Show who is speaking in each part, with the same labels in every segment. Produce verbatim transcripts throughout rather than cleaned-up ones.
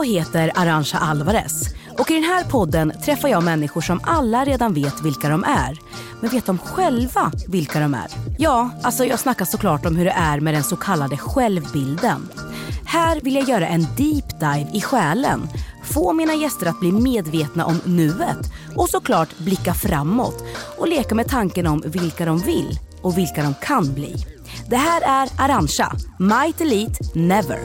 Speaker 1: heter Arantxa Alvarez och i den här podden träffar jag människor som alla redan vet vilka de är. Men vet de själva vilka de är? Ja, alltså jag snackar såklart om hur det är med den så kallade självbilden. Här vill jag göra en deep dive i själen. Få mina gäster att bli medvetna om nuet och såklart blicka framåt och leka med tanken om vilka de vill och vilka de kan bli. Det här är Arantxa, Might Elite Never.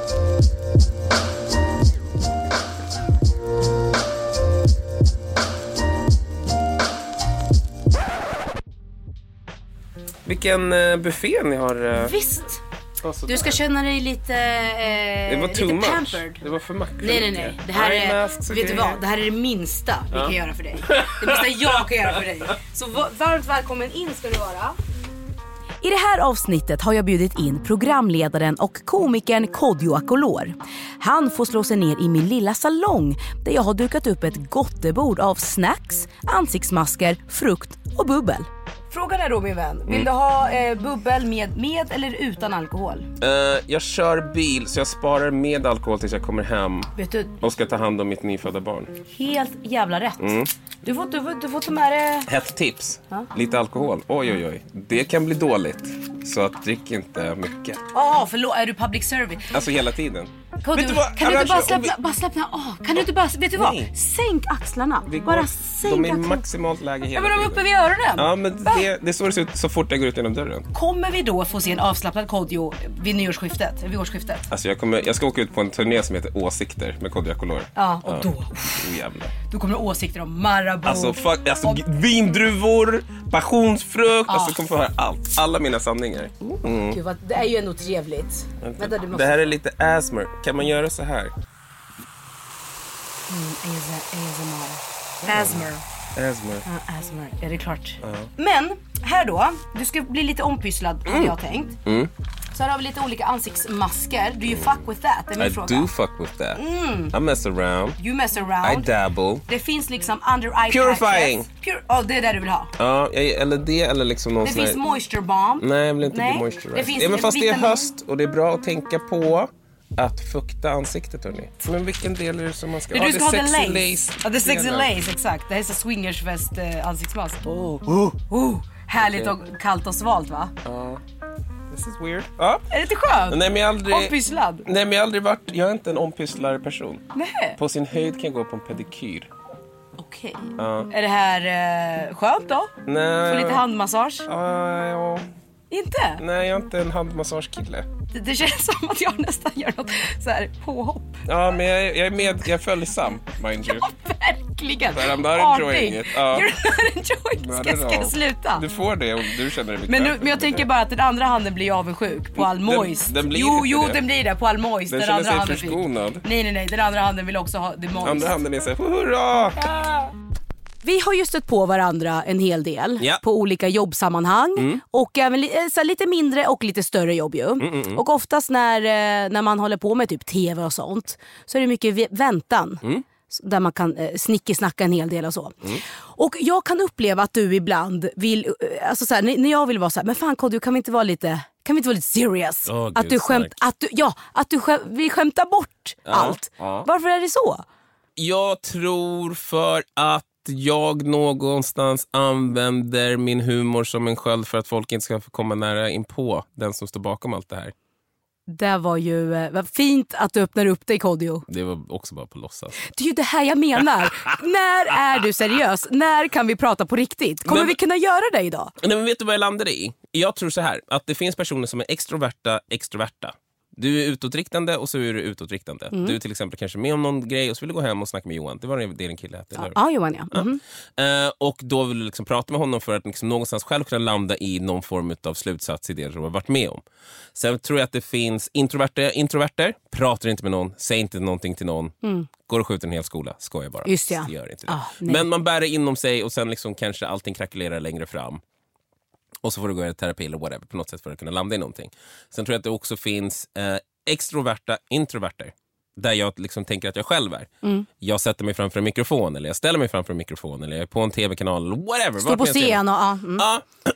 Speaker 2: Vilken uh, buffé ni har. Uh...
Speaker 1: Visst. Du ska känna dig lite eh,
Speaker 2: det var
Speaker 1: lite
Speaker 2: too much.
Speaker 1: pampered.
Speaker 2: Det var för mycket.
Speaker 1: Nej nej nej. Det här är vet du vad? Det här är det minsta vi ja. kan göra för dig. Det minsta jag kan göra för dig. Så varmt välkommen in ska du vara. I det här avsnittet har jag bjudit in programledaren och komikern Kodjo Akolor. Han får slå sig ner i min lilla salong där jag har dukat upp ett gottebord av snacks, ansiktsmasker, frukt och bubbel. Frågan är då min vän, vill mm. du ha eh, bubbel med, med eller utan alkohol?
Speaker 2: Uh, jag kör bil så jag sparar med alkohol tills jag kommer hem.
Speaker 1: Vet du,
Speaker 2: och ska ta hand om mitt nyfödda barn.
Speaker 1: Helt jävla rätt. Mm. Du, får, du, får, du får ta med det.
Speaker 2: Hett tips, ha? Lite alkohol. Oj oj oj, det kan bli dåligt. Så att drick inte mycket.
Speaker 1: Ja, oh, förlåt, är du public service?
Speaker 2: Alltså hela tiden.
Speaker 1: Kan du, vad, kan du inte bara släppa, vi... bara släppa oh, kan du inte bara, vet du vad? Nej. Sänk axlarna.
Speaker 2: Vi
Speaker 1: bara
Speaker 2: går,
Speaker 1: sänk
Speaker 2: de är
Speaker 1: axlarna.
Speaker 2: maximalt läge hela
Speaker 1: ja, men de är uppe vid öronen.
Speaker 2: Ja, men det, det är så det ser ut så fort jag går ut genom dörren. Kommer
Speaker 1: vi då få se en avslappnad Kodjo vid nyårsskiftet? Vid årsskiftet?
Speaker 2: Alltså jag, kommer, jag ska åka ut på en turné som heter Åsikter med Kodjo Akolor.
Speaker 1: Ja, och då
Speaker 2: oh, jävlar.
Speaker 1: Du kommer åsikter om Marabou.
Speaker 2: Alltså, fuck, alltså om... vindruvor, passionsfrukt, ah. alltså kommer få höra allt. Alla mina sanningar.
Speaker 1: Mm. Gud, vad, det är ju ändå trevligt. Vänta, du måste...
Speaker 2: Det här är lite asthma. Kan man göra så här?
Speaker 1: Mm, A S M R. Asthma.
Speaker 2: Asthma.
Speaker 1: Ja, asthma. Är det klart? Uh. Men, här då. Du ska bli lite ompysslad, mm. hade jag tänkt. Mm. Så här har vi lite olika ansiktsmasker. Do you fuck with that? Det är min
Speaker 2: I
Speaker 1: fråga.
Speaker 2: do fuck with that. Mm. I mess around.
Speaker 1: You mess around.
Speaker 2: I dabble.
Speaker 1: Det finns liksom under eye
Speaker 2: Purifying.
Speaker 1: Pure... Oh, det är det du vill ha.
Speaker 2: Ja, eller det eller liksom någon
Speaker 1: det
Speaker 2: sån här...
Speaker 1: finns moisture balm.
Speaker 2: Nej, jag vill inte bli moisturizer. Det finns ja, men fast vitamin. Det är höst och det är bra att tänka på att fukta ansiktet, hörni. Men vilken del är det som man ska...
Speaker 1: Det
Speaker 2: ja,
Speaker 1: du ska
Speaker 2: det
Speaker 1: ha den lace.
Speaker 2: lace.
Speaker 1: Ja, det är sexy lace, exakt. Det här är så swingersfest eh, ansiktsmask.
Speaker 2: Oh. Oh.
Speaker 1: Oh. Härligt okay. Och kallt och svalt, va?
Speaker 2: Ja. Uh. This is weird. Ja.
Speaker 1: Är det inte skönt?
Speaker 2: Nej, men jag aldrig...
Speaker 1: Ompysslad?
Speaker 2: Nej, men jag har aldrig varit... Jag är inte en ompysslare person.
Speaker 1: Nej.
Speaker 2: På sin höjd kan jag gå på en pedikyr.
Speaker 1: Okej. Okay.
Speaker 2: Ja.
Speaker 1: Är det här eh, skönt då?
Speaker 2: Nej.
Speaker 1: Få lite handmassage?
Speaker 2: Ja, ja.
Speaker 1: Inte?
Speaker 2: Nej, jag är inte en handmassagekille.
Speaker 1: Det, det känns som att jag nästan gör något så här påhopp.
Speaker 2: Ja, men jag, jag är med, jag är följsam, mind you.
Speaker 1: Ja, verkligen.
Speaker 2: I'm not enjoying it. Ja.
Speaker 1: You're not enjoying it. Ska, ska jag sluta?
Speaker 2: Du får det om du känner dig
Speaker 1: men, nu, men jag tänker bara att den andra handen blir avundsjuk på all moist.
Speaker 2: Den, den blir
Speaker 1: jo, jo,
Speaker 2: det.
Speaker 1: den blir det på all moist.
Speaker 2: Den,
Speaker 1: den
Speaker 2: känner
Speaker 1: andra
Speaker 2: sig förskonad.
Speaker 1: Nej, nej, nej. Den andra handen vill också ha det moist.
Speaker 2: Andra handen är så här, hurra!
Speaker 1: Ja. Vi har ju stött på varandra en hel del
Speaker 2: ja.
Speaker 1: På olika jobbsammanhang mm. Och även så här, lite mindre och lite större jobb ju. Mm, mm, mm. Och oftast när, när man håller på med typ tv och sånt så är det mycket väntan mm. där man kan eh, snickesnacka en hel del och så. Mm. Och jag kan uppleva att du ibland vill, alltså så här, när jag vill vara så här, men fan Kodjo, kan vi inte vara lite... Kan vi inte vara lite serious?
Speaker 2: Oh,
Speaker 1: att, du skämt, att du ja, att du skäm, vill skämta bort ja, allt. Ja. Varför är det så?
Speaker 2: Jag tror för att jag någonstans använder min humor som en sköld för att folk inte ska få komma nära in på den som står bakom allt det här.
Speaker 1: Det var ju vad fint att du öppnar upp dig, Kodjo.
Speaker 2: Det var också bara på låtsas.
Speaker 1: Det är ju det här jag menar. När är du seriös? När kan vi prata på riktigt? Kommer men, vi kunna göra det idag?
Speaker 2: Nej, men vet du vad jag landade i? Jag tror så här, att det finns personer som är extroverta, extroverta. Du är utåtriktande och så är du utåtriktande. Mm. Du är till exempel kanske med om någon grej och så vill du gå hem och snacka med Johan. Det var det din kille hette, eller?
Speaker 1: Ja, Johan, ja. Mm.
Speaker 2: ja. Uh, och då vill du liksom prata med honom för att liksom någonstans själv kunna landa i någon form av slutsats i det du har varit med om. Sen tror jag att det finns introverter, introverter pratar inte med någon, säger inte någonting till någon. Mm. Går och skjuter en hel skola, skojar bara.
Speaker 1: Just ja.
Speaker 2: Gör inte det.
Speaker 1: Ah,
Speaker 2: men man bär det inom sig och sen liksom kanske allting krackelerar längre fram. Och så får du gå i terapi eller whatever på något sätt för att kunna landa i någonting. Sen tror jag att det också finns eh, extroverta introverter. Där jag liksom tänker att jag själv är. Mm. Jag sätter mig framför en mikrofon eller jag ställer mig framför en mikrofon eller jag är på en tv-kanal eller whatever.
Speaker 1: Står på scen och ja. Mm.
Speaker 2: ja.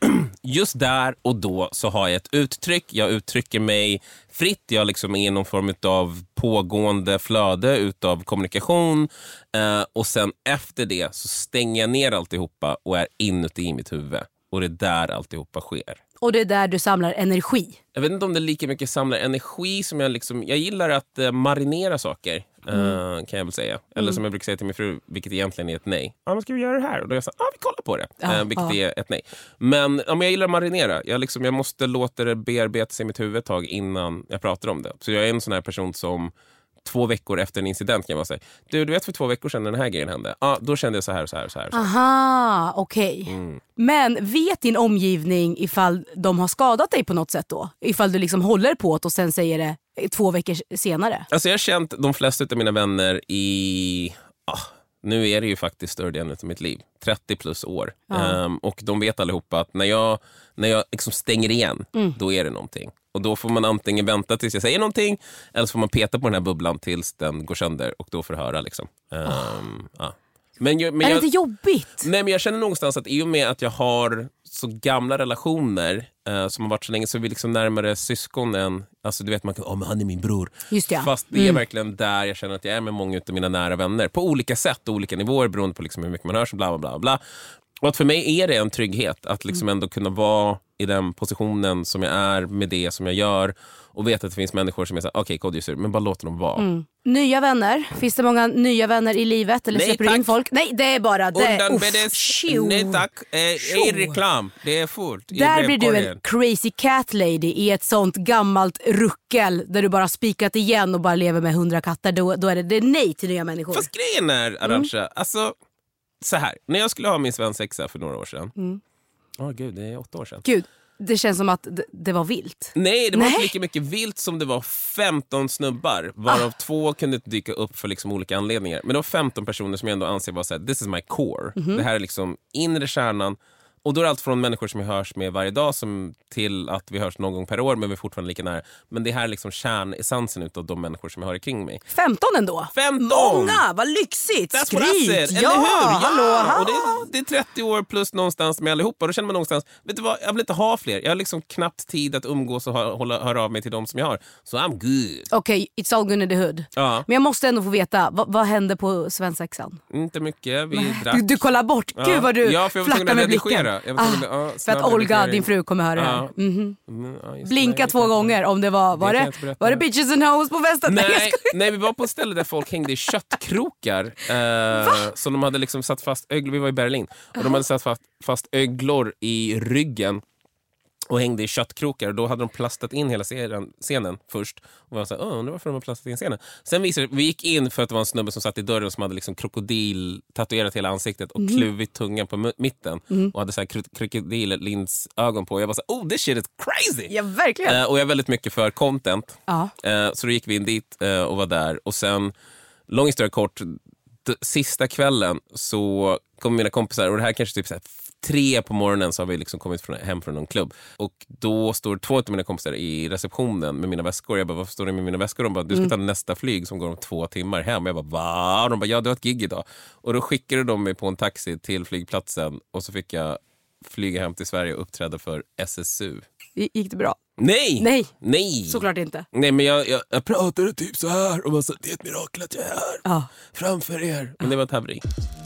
Speaker 2: just där och då så har jag ett uttryck. Jag uttrycker mig fritt. Jag liksom är i någon form av pågående flöde utav kommunikation. Eh, och sen efter det så stänger jag ner alltihopa och är inuti i mitt huvud. Och det är där alltihopa sker.
Speaker 1: Och det är där du samlar energi.
Speaker 2: Jag vet inte om det är lika mycket samlar energi som jag liksom... Jag gillar att uh, marinera saker, mm. uh, kan jag väl säga. Eller mm. som jag brukar säga till min fru, vilket egentligen är ett nej. Ja, men ska vi göra det här? Och då är jag så ja, ah, vi kollar på det. Ja, uh, vilket ja. är ett nej. Men om jag gillar att marinera. Jag, liksom, jag måste låta det bearbeta sig i mitt huvud ett tag innan jag pratar om det. Så jag är en sån här person som... Två veckor efter en incident kan jag bara säga, du, du vet för två veckor sedan när den här grejen hände. Ja, ah, då kände jag så här och så här och så här. Och så här.
Speaker 1: Aha, okej. Okay. Mm. Men vet din omgivning ifall de har skadat dig på något sätt då? Ifall du liksom håller på det och sen säger det två veckor senare?
Speaker 2: Alltså jag har känt de flesta av mina vänner i... Ah, nu är det ju faktiskt större delen av mitt liv. trettio plus år. Ja. Um, och de vet allihopa att när jag, när jag liksom stänger igen, mm. då är det någonting. Och då får man antingen vänta tills jag säger någonting, eller så får man peta på den här bubblan tills den går sönder och då får du höra liksom. Um, oh. ja. men jag, men
Speaker 1: är det
Speaker 2: jag,
Speaker 1: inte jobbigt?
Speaker 2: Nej, men jag känner någonstans att i och med att jag har så gamla relationer uh, som har varit så länge, så är vi liksom närmare syskonen. Alltså du vet, man kan, åh oh, men han är min bror.
Speaker 1: Just det.
Speaker 2: Fast det är mm. verkligen där jag känner att jag är med många av mina nära vänner. På olika sätt och olika nivåer beroende på liksom hur mycket man hör, så bla bla bla bla. Och att för mig är det en trygghet att liksom ändå kunna vara i den positionen som jag är med det som jag gör. Och veta att det finns människor som är så okej, okay, kodjusur, men bara låt dem vara. Mm.
Speaker 1: Nya vänner? Finns det många nya vänner i livet? Eller
Speaker 2: nej,
Speaker 1: släpper du in folk? Nej, det är bara det.
Speaker 2: Undanbedes, nej tack. Eh, I reklam. Det är fullt.
Speaker 1: Där blir du en crazy cat lady i ett sånt gammalt ruckel där du bara spikat igen och bara lever med hundra katter. Då, då är det, det är nej till nya människor.
Speaker 2: Fast grejen är, Arantxa, mm. alltså så här. När jag skulle ha min svensexa för några år sedan.
Speaker 1: Mm.
Speaker 2: Åh oh, gud, det är åtta år sedan.
Speaker 1: Gud. Det känns som att det, det var vilt.
Speaker 2: Nej, det var Nej. inte lika mycket vilt som det var femton snubbar. Varav ah. två kunde dyka upp för liksom olika anledningar. Men det var femton personer som jag ändå anser var så här, this is my core. Mm-hmm. Det här är liksom inre kärnan. Och då är det allt från människor som vi hörs med varje dag som till att vi hörs någon gång per år, men vi är fortfarande lika nära. Men det här är liksom kärnessensen utav de människor som jag har kring mig.
Speaker 1: femton ändå?
Speaker 2: femton!
Speaker 1: Många, vad lyxigt!
Speaker 2: That's
Speaker 1: Skryt!
Speaker 2: Eller
Speaker 1: ja,
Speaker 2: hur? Ja,
Speaker 1: hallå,
Speaker 2: och det är, det är trettio år plus någonstans med allihopa. Och då känner man någonstans, vet du vad, jag vill inte ha fler. Jag har liksom knappt tid att umgås och hö- hålla, höra av mig till de som jag har. Så I'm good.
Speaker 1: Okej, okay, it's all good in the hood.
Speaker 2: Ja.
Speaker 1: Men jag måste ändå få veta, vad, vad hände på svensexan?
Speaker 2: Inte mycket, vi drack.
Speaker 1: Du, du kollar bort, ja. Gud vad du
Speaker 2: ja, för jag
Speaker 1: flackar med blicken.
Speaker 2: Jag var tvungen, ah,
Speaker 1: för att Olga, din fru, kommer höra det här.
Speaker 2: Ja.
Speaker 1: Mm-hmm.
Speaker 2: Mm, ja,
Speaker 1: Blinka två gånger om det var, var det, det var det bitches and hoes på festen?
Speaker 2: Nej, nej, nej, vi var på ett ställe där folk hängde i köttkrokar. Eh, så de hade liksom satt fast öglor, vi var i Berlin. Och de hade satt fast, fast öglor i ryggen och hängde i köttkrokar. Och då hade de plastat in hela scenen, scenen först. Och var så här, undrar varför de har plastat in scenen. Sen visade det, vi gick in för att det var en snubbe som satt i dörren som hade liksom krokodil tatuerat hela ansiktet och mm. kluvit tungan på m- mitten. Mm. Och hade så här kro- krokodillinsögon på. Och jag var så här, oh this shit is crazy!
Speaker 1: Ja, verkligen.
Speaker 2: Eh, och jag är väldigt mycket för content.
Speaker 1: Ja.
Speaker 2: Eh, så då gick vi in dit eh, och var där. Och sen, lång historia kort, d- sista kvällen så kom mina kompisar. Och det här kanske typ så här tre på morgonen så har vi liksom kommit från, hem från någon klubb. Och då står två av mina kompisar i receptionen med mina väskor. Jag bara, varför står ni med mina väskor? De bara, du ska ta nästa flyg som går om två timmar hem. Jag bara, va? Och de bara, ja du har ett gig idag. Och då skickade de mig på en taxi till flygplatsen. Och så fick jag flyga hem till Sverige och uppträda för S S U.
Speaker 1: Gick det bra?
Speaker 2: Nej!
Speaker 1: Nej!
Speaker 2: Nej!
Speaker 1: Såklart inte.
Speaker 2: Nej, men jag, jag, jag pratade typ så här. Och man sa, det är ett mirakel att jag är här.
Speaker 1: Ja.
Speaker 2: Framför er. Men det var ett haveri.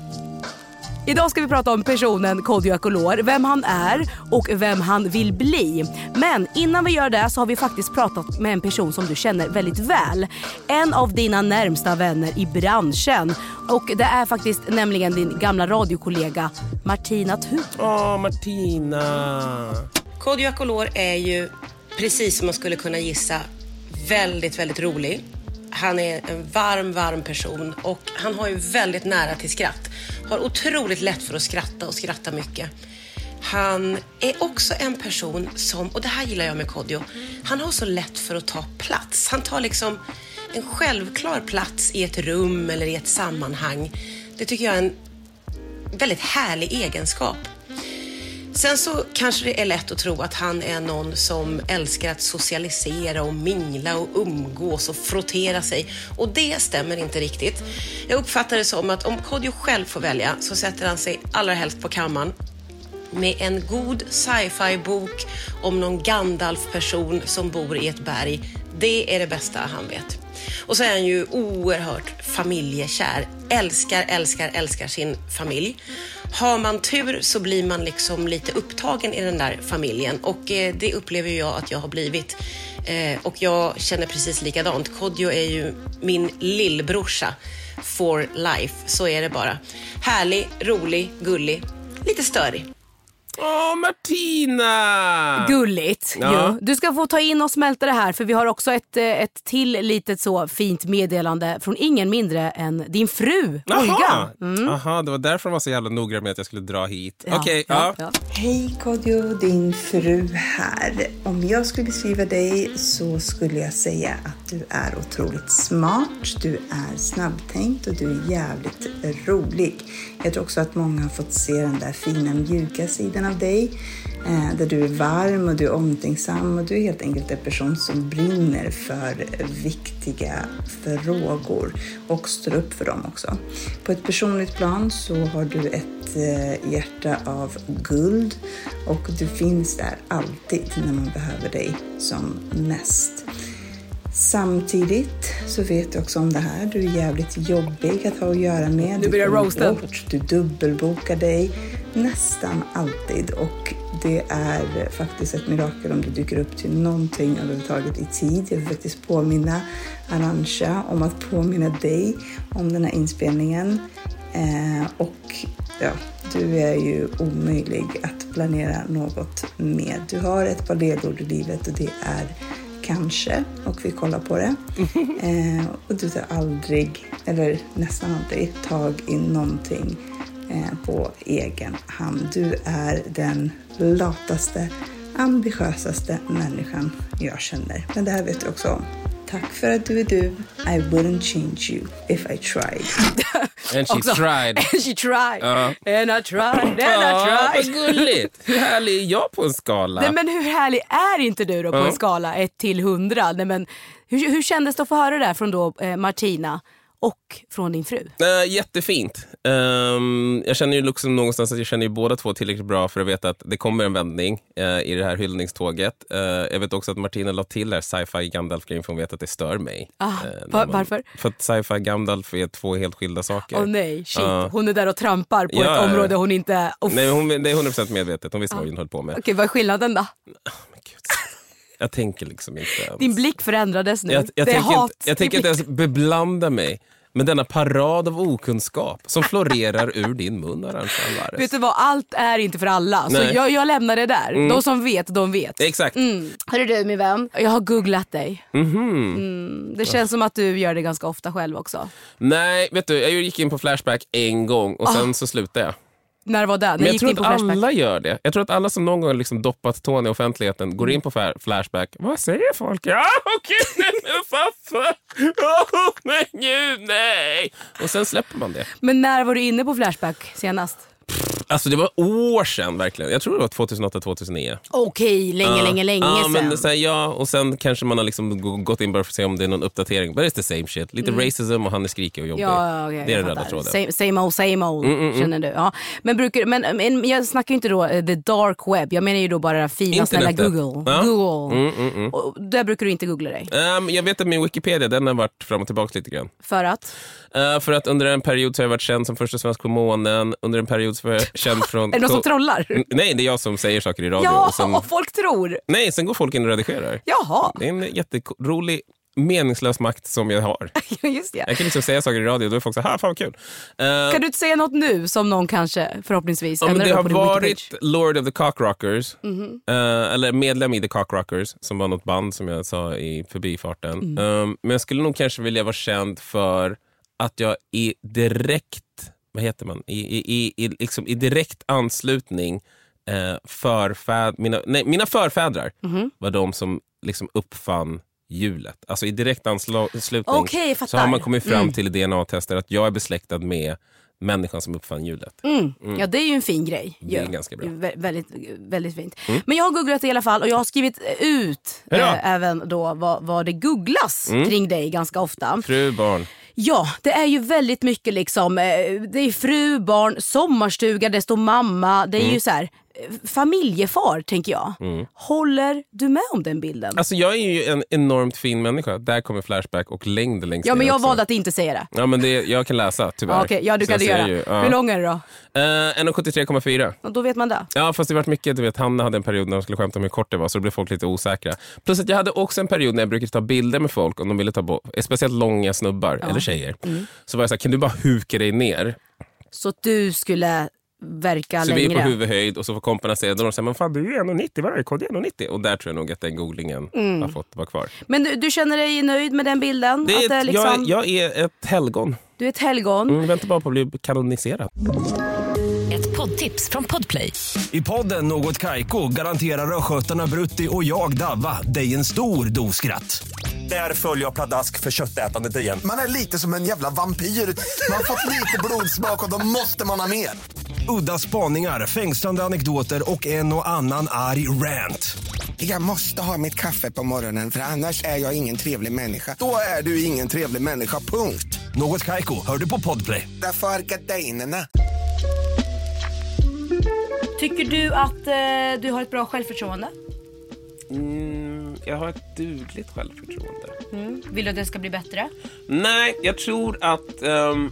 Speaker 1: Idag ska vi prata om personen Kodjo Akolor, vem han är och vem han vill bli. Men innan vi gör det så har vi faktiskt pratat med en person som du känner väldigt väl. En av dina närmsta vänner i branschen. Och det är faktiskt nämligen din gamla radiokollega Martina Thun.
Speaker 2: Åh, Martina!
Speaker 3: Kodjo Akolor är ju, precis som man skulle kunna gissa, väldigt, väldigt rolig. Han är en varm, varm person och han har ju väldigt nära till skratt. Har otroligt lätt för att skratta och skratta mycket. Han är också en person som, och det här gillar jag med Kodjo, han har så lätt för att ta plats. Han tar liksom en självklar plats i ett rum eller i ett sammanhang. Det tycker jag är en väldigt härlig egenskap. Sen så kanske det är lätt att tro att han är någon som älskar att socialisera och mingla och umgås och frottera sig. Och det stämmer inte riktigt. Jag uppfattar det som att om Kodjo själv får välja så sätter han sig allra helst på kammaren med en god sci-fi-bok om någon Gandalf-person som bor i ett berg. Det är det bästa han vet. Och så är han ju oerhört familjekär. Älskar, älskar, älskar sin familj. Har man tur så blir man liksom lite upptagen i den där familjen. Och eh, det upplever jag att jag har blivit. Eh, och jag känner precis likadant. Kodjo är ju min lillbrorsa for life. Så är det bara. Härlig, rolig, gullig, lite störig.
Speaker 2: Åh, Martina!
Speaker 1: Gulligt.
Speaker 2: Ja.
Speaker 1: Jo. Du ska få ta in och smälta det här, för vi har också ett, ett till litet så fint meddelande från ingen mindre än din fru, Olga.
Speaker 2: Mm. Aha, det var därför de var så jävla noggranna med att jag skulle dra hit.
Speaker 1: Ja,
Speaker 2: Okej,
Speaker 1: ja,
Speaker 2: ja.
Speaker 1: ja.
Speaker 4: Hej Kodjo, din fru här. Om jag skulle beskriva dig så skulle jag säga att du är otroligt smart, du är snabbtänkt och du är jävligt rolig. Jag tror också att många har fått se den där fina mjuka sidan av dig, eh, där du är varm och du är omtänksam och du är helt enkelt en person som brinner för viktiga frågor och står upp för dem också. På ett personligt plan så har du ett eh, hjärta av guld och du finns där alltid när man behöver dig som mest. Samtidigt så vet du också om det här. Du är jävligt jobbig att ha att göra med.
Speaker 1: Du börjar roasta.
Speaker 4: Du dubbelbokar dig nästan alltid. Och det är faktiskt ett mirakel om du dyker upp till någonting överhuvudtaget i tid. Jag vill faktiskt påminna Arantxa om att påminna dig om den här inspelningen. Eh, och ja, du är ju omöjlig att planera något med. Du har ett par ledord i livet och det är kanske, och vi kollar på det. Eh, och du tar aldrig, eller nästan aldrig, tag i någonting eh, på egen hand. Du är den lataste, ambitiösaste människan jag känner. Men det här vet du också om. Tack för att du är du. I wouldn't change you if I tried.
Speaker 2: And she
Speaker 1: Också.
Speaker 2: tried.
Speaker 1: And she tried.
Speaker 2: Ja.
Speaker 1: And I tried. And I
Speaker 2: Ja, vad
Speaker 1: tried.
Speaker 2: gulligt. Hur härlig är jag på en skala?
Speaker 1: Nej, men hur härlig är inte du då på
Speaker 2: Ja.
Speaker 1: en skala ett till hundra? Nej, men hur, hur kändes det att få höra det där från då eh, Martina och från din fru?
Speaker 2: Uh, jättefint. Um, jag känner ju liksom någonstans att jag känner ju båda två tillräckligt bra för att veta att det kommer en vändning uh, i det här hyllningståget. Uh, jag vet också att Martina la till där sci-fi Gandalf-grejen för hon vet att det stör mig.
Speaker 1: Ah,
Speaker 2: uh,
Speaker 1: va-
Speaker 2: man,
Speaker 1: varför?
Speaker 2: För att sci-fi Gandalf är två helt skilda saker.
Speaker 1: Åh oh, nej, shit.
Speaker 2: Ja.
Speaker 1: Hon är där och trampar på
Speaker 2: Ja,
Speaker 1: ett
Speaker 2: ja.
Speaker 1: område hon inte... Uff.
Speaker 2: Nej, hon, det är hundra procent medvetet. Hon visste vad hon höll på med.
Speaker 1: Okej, vad är skillnaden då?
Speaker 2: Men Gud. Jag tänker liksom inte ens.
Speaker 1: Din blick förändrades nu.
Speaker 2: Jag, jag,
Speaker 1: det är
Speaker 2: tänker,
Speaker 1: hat.
Speaker 2: inte, jag tänker inte ens beblanda mig med denna parad av okunskap som florerar ur din mun, Arantxa Alvarez.
Speaker 1: Vet du vad, allt är inte för alla. Så
Speaker 2: Nej.
Speaker 1: jag, jag lämnar det där.
Speaker 2: Mm.
Speaker 1: De som vet, de vet.
Speaker 2: Exakt.
Speaker 1: Mm. Hörru du, min vän. Jag har googlat dig.
Speaker 2: Mhm.
Speaker 1: Mm. Det känns som att du gör det ganska ofta själv också.
Speaker 2: Nej, vet du, jag gick in på Flashback en gång och sen
Speaker 1: Ah.
Speaker 2: så slutade jag.
Speaker 1: När var det? När
Speaker 2: Men jag
Speaker 1: gick
Speaker 2: tror
Speaker 1: in på
Speaker 2: att
Speaker 1: Flashback?
Speaker 2: alla gör det. Jag tror att alla som någon gång liksom doppat tån i offentligheten går in på fa- Flashback. Vad säger folk? Ja, okej, nej, men farfar. Åh, men gud, nej. Och sen släpper man det.
Speaker 1: Men när var du inne på Flashback senast?
Speaker 2: Alltså det var år sedan verkligen. Jag tror det var tjugohundraåtta tjugohundraniu.
Speaker 1: Okej, länge,
Speaker 2: Ja.
Speaker 1: länge, länge
Speaker 2: ja,
Speaker 1: sedan.
Speaker 2: men så här, ja, och sen kanske man har liksom g- gått in bara för att se om det är någon uppdatering. But it's the same shit. Lite racism och han är skrikig och jobbig.
Speaker 1: Mm. Ja, okay,
Speaker 2: det är
Speaker 1: jag
Speaker 2: den röda
Speaker 1: fattar.
Speaker 2: tråden.
Speaker 1: Same, same old, same old,
Speaker 2: Mm, mm, mm.
Speaker 1: känner du. Ja. Men, brukar, men, men jag snackar ju inte då eh, the dark web. Jag menar ju då bara det fina, snälla
Speaker 2: Internetet.
Speaker 1: Google.
Speaker 2: Ja.
Speaker 1: Google.
Speaker 2: Mm, mm, mm.
Speaker 1: Och där brukar du inte googla dig.
Speaker 2: Um, jag vet att min Wikipedia, den har varit fram och tillbaka lite grann.
Speaker 1: För att?
Speaker 2: Uh, för att under en period så har jag varit känd som första svensk på månen. Under en period så var jag känd från...
Speaker 1: Är det någon som trollar?
Speaker 2: N- Nej, det är jag som säger saker i radio.
Speaker 1: Ja,
Speaker 2: och sen...
Speaker 1: och folk tror.
Speaker 2: Nej, sen går folk in och redigerar.
Speaker 1: Jaha,
Speaker 2: Det är en jätterolig, meningslös makt som jag har.
Speaker 1: just det.
Speaker 2: Jag kan liksom säga saker i radio och då är folk så här, fan vad kul. Uh,
Speaker 1: Kan du inte säga något nu som någon kanske förhoppningsvis
Speaker 2: Ja, men
Speaker 1: ändrar
Speaker 2: det har
Speaker 1: på din Wikipage?
Speaker 2: varit Lord of the Cockrockers,
Speaker 1: Mhm.
Speaker 2: eh, eller medlem i The Cockrockers, som var något band som jag sa i förbifarten.
Speaker 1: Mm.
Speaker 2: Um, men jag skulle nog kanske vilja vara känd för att jag i direkt, vad heter man, i, i, i, i, liksom, i direkt anslutning eh, förfäd, mina, nej, mina förfädrar
Speaker 1: Mhm.
Speaker 2: var de som liksom uppfann hjulet. Alltså i direkt anslutning
Speaker 1: Okej, jag fattar.
Speaker 2: så har man kommit fram
Speaker 1: Mm.
Speaker 2: till i D N A-tester att jag är besläktad med människan som uppfann hjulet.
Speaker 1: Mm. Ja, det är ju en fin grej.
Speaker 2: Det är
Speaker 1: Ja.
Speaker 2: ganska bra.
Speaker 1: Vä- väldigt, väldigt fint.
Speaker 2: Mm.
Speaker 1: Men jag har googlat det i alla fall och jag har skrivit ut
Speaker 2: Hurra!
Speaker 1: eh, även då vad, vad det googlas
Speaker 2: Mm.
Speaker 1: kring dig ganska ofta.
Speaker 2: Fru, barn.
Speaker 1: Ja, det är ju väldigt mycket liksom, eh, det är fru, barn, sommarstuga, det står mamma, det är
Speaker 2: Mm.
Speaker 1: ju så här, familjefar, tänker jag. Mm. Håller du med om den bilden?
Speaker 2: Alltså jag är ju en enormt fin människa. Där kommer Flashback och längd längst
Speaker 1: Ja, men jag
Speaker 2: också.
Speaker 1: valde att inte säga det.
Speaker 2: Ja, men det, jag kan läsa, tyvärr.
Speaker 1: Ja, okay. Ja, du kan det göra. Ju, ja. Hur lång är det då?
Speaker 2: Uh, en komma sjuttiotre komma fyra.
Speaker 1: Och då vet man det.
Speaker 2: Ja, fast det var mycket, du vet, Hanna hade en period när de skulle skämta om hur kort det var, så då blev folk lite osäkra. Plus att jag hade också en period när jag brukade ta bilder med folk om de ville ta bort, speciellt långa snubbar, ja. Eller tjejer. Mm. Så var jag så här, kan du bara huka dig ner?
Speaker 1: Så att du skulle verka
Speaker 2: så
Speaker 1: längre.
Speaker 2: Så vi är på huvudhöjd och så får komparna säga, då de säger, men fan du är en komma nittio, vad är det? en komma nittio. Och där tror jag nog att den googlingen mm. har fått vara kvar.
Speaker 1: Men du, du känner dig nöjd med den bilden?
Speaker 2: Det är
Speaker 1: att
Speaker 2: ett,
Speaker 1: det liksom...
Speaker 2: jag, jag är ett helgon.
Speaker 1: Du är ett helgon.
Speaker 2: Mm, vänta bara på att bli kanoniserad.
Speaker 5: Ett poddtips från Podplay.
Speaker 6: I podden Något Kaiko garanterar röskötarna Brutti och jag Davva dig en stor doskratt. Där följer jag pladask för köttätandet igen.
Speaker 7: Man är lite som en jävla vampyr. Man har fått lite blodsmak och då måste man ha mer.
Speaker 6: Udda spaningar, fängslande anekdoter och en och annan arg rant.
Speaker 7: Jag måste ha mitt kaffe på morgonen för annars är jag ingen trevlig människa. Då är du ingen trevlig människa, punkt.
Speaker 6: Något Kaiko, hör du på Podplay.
Speaker 7: Därför är gardinerna.
Speaker 1: Tycker du att eh, du har ett bra självförtroende?
Speaker 2: Mm, jag har ett dugligt självförtroende.
Speaker 1: Mm. Vill du att det ska bli bättre?
Speaker 2: Nej, jag tror att um,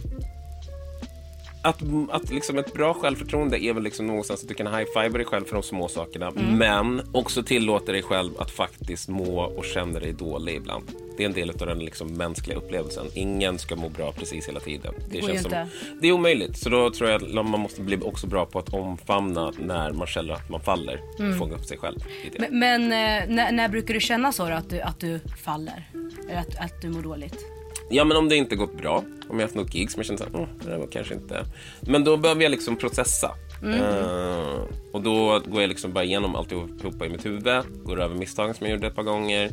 Speaker 2: att, att liksom ett bra självförtroende är väl liksom någonstans att du kan high-five dig själv för de små sakerna, mm. men också tillåta dig själv att faktiskt må och känna dig dålig ibland. Det är en del av den liksom mänskliga upplevelsen. Ingen ska må bra precis hela tiden. Det, det känns som, det är omöjligt. Så då tror jag att man måste bli också bra på att omfamna när man känner att man faller. Mm. Fånga upp sig själv.
Speaker 1: Men, men när, när brukar du känna så då, att, du, att du faller? Eller att, att du mår dåligt?
Speaker 2: Ja, men om det inte gått bra. Om jag har haft något gig som jag känner så här, oh, det var kanske inte. Men då behöver jag liksom processa. Mm. Uh, och då går jag liksom bara igenom alltihopa i mitt huvud. Går över misstagen som jag gjorde ett par gånger.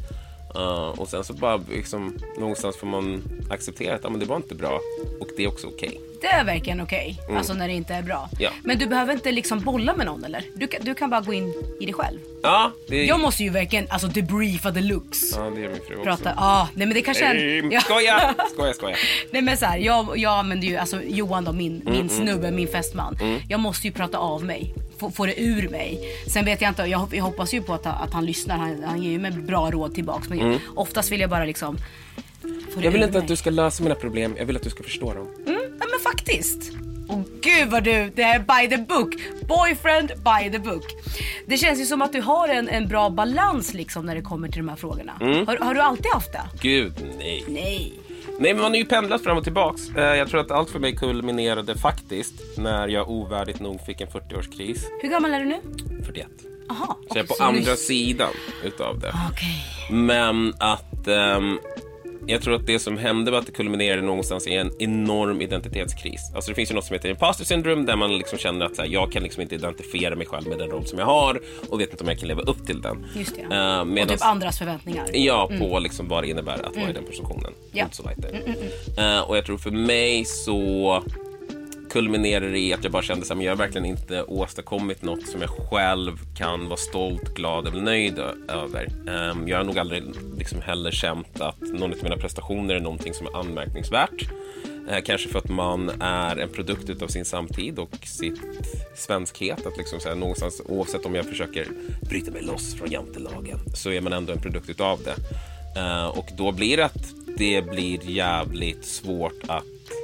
Speaker 2: Uh, och sen så bara liksom, någonstans får man acceptera att ah, men det var inte bra. Och det är också okej. Okay.
Speaker 1: Det är verkligen okej, okay. mm. alltså när det inte är bra.
Speaker 2: Ja.
Speaker 1: Men du behöver inte liksom bolla med någon, eller? Du, du kan bara gå in i dig själv.
Speaker 2: Ja, det är...
Speaker 1: Jag måste ju verkligen, alltså debriefa the looks.
Speaker 2: Ja, det gör min fru också.
Speaker 1: Prata, ah, nej men det kanske är...
Speaker 2: Mm, ja. Skoja, skoja, skoja.
Speaker 1: Nej men så här, jag, jag använder ju, alltså Johan då, min, mm, min snubbe, mm. min fästman. Mm. Jag måste ju prata av mig. Få, få det ur mig. Sen vet jag inte, jag, jag hoppas ju på att, att han lyssnar. Han, han ger ju mig bra råd tillbaks. Men mm. oftast vill jag bara liksom få det
Speaker 2: Jag vill inte
Speaker 1: mig.
Speaker 2: Att du ska lösa mina problem. Jag vill att du ska förstå dem.
Speaker 1: Mm, ja, men faktiskt. Och gud vad du, det är by the book. Boyfriend by the book. Det känns ju som att du har en, en bra balans liksom när det kommer till de här frågorna. Mm. Har, har du alltid haft det?
Speaker 2: Gud, nej.
Speaker 1: Nej.
Speaker 2: Nej, men man är ju pendlat fram och tillbaks. Jag tror att allt för mig kulminerade faktiskt när jag ovärdigt nog fick en fyrtioårskris.
Speaker 1: Hur gammal är du nu?
Speaker 2: fyrtioett.
Speaker 1: Aha.
Speaker 2: Så jag är på så andra nyss. sidan utav det.
Speaker 1: Okay.
Speaker 2: Men att um, jag tror att det som hände var att det kulminerade någonstans i en enorm identitetskris. Alltså det finns ju något som heter imposter syndrome, där man liksom känner att så här, jag kan liksom inte identifiera mig själv med den roll som jag har och vet inte om jag kan leva upp till den.
Speaker 1: Just det.
Speaker 2: Uh, medans,
Speaker 1: och typ andras förväntningar.
Speaker 2: Ja,
Speaker 1: mm.
Speaker 2: på liksom vad det innebär att vara
Speaker 1: mm.
Speaker 2: i den positionen.
Speaker 1: Ja.
Speaker 2: Och så vidare.
Speaker 1: Mm, mm, mm.
Speaker 2: Uh, och jag tror för mig så kulminerar i att jag bara kände att jag har verkligen inte åstadkommit något som jag själv kan vara stolt, glad eller nöjd över. Um, jag har nog aldrig liksom heller känt att någon av mina prestationer är någonting som är anmärkningsvärt. Uh, kanske för att man är en produkt utav sin samtid och sitt svenskhet. Att liksom så här, någonstans, oavsett om jag försöker bryta mig loss från jantelagen, så är man ändå en produkt utav det. Uh, och då blir det att det blir jävligt svårt att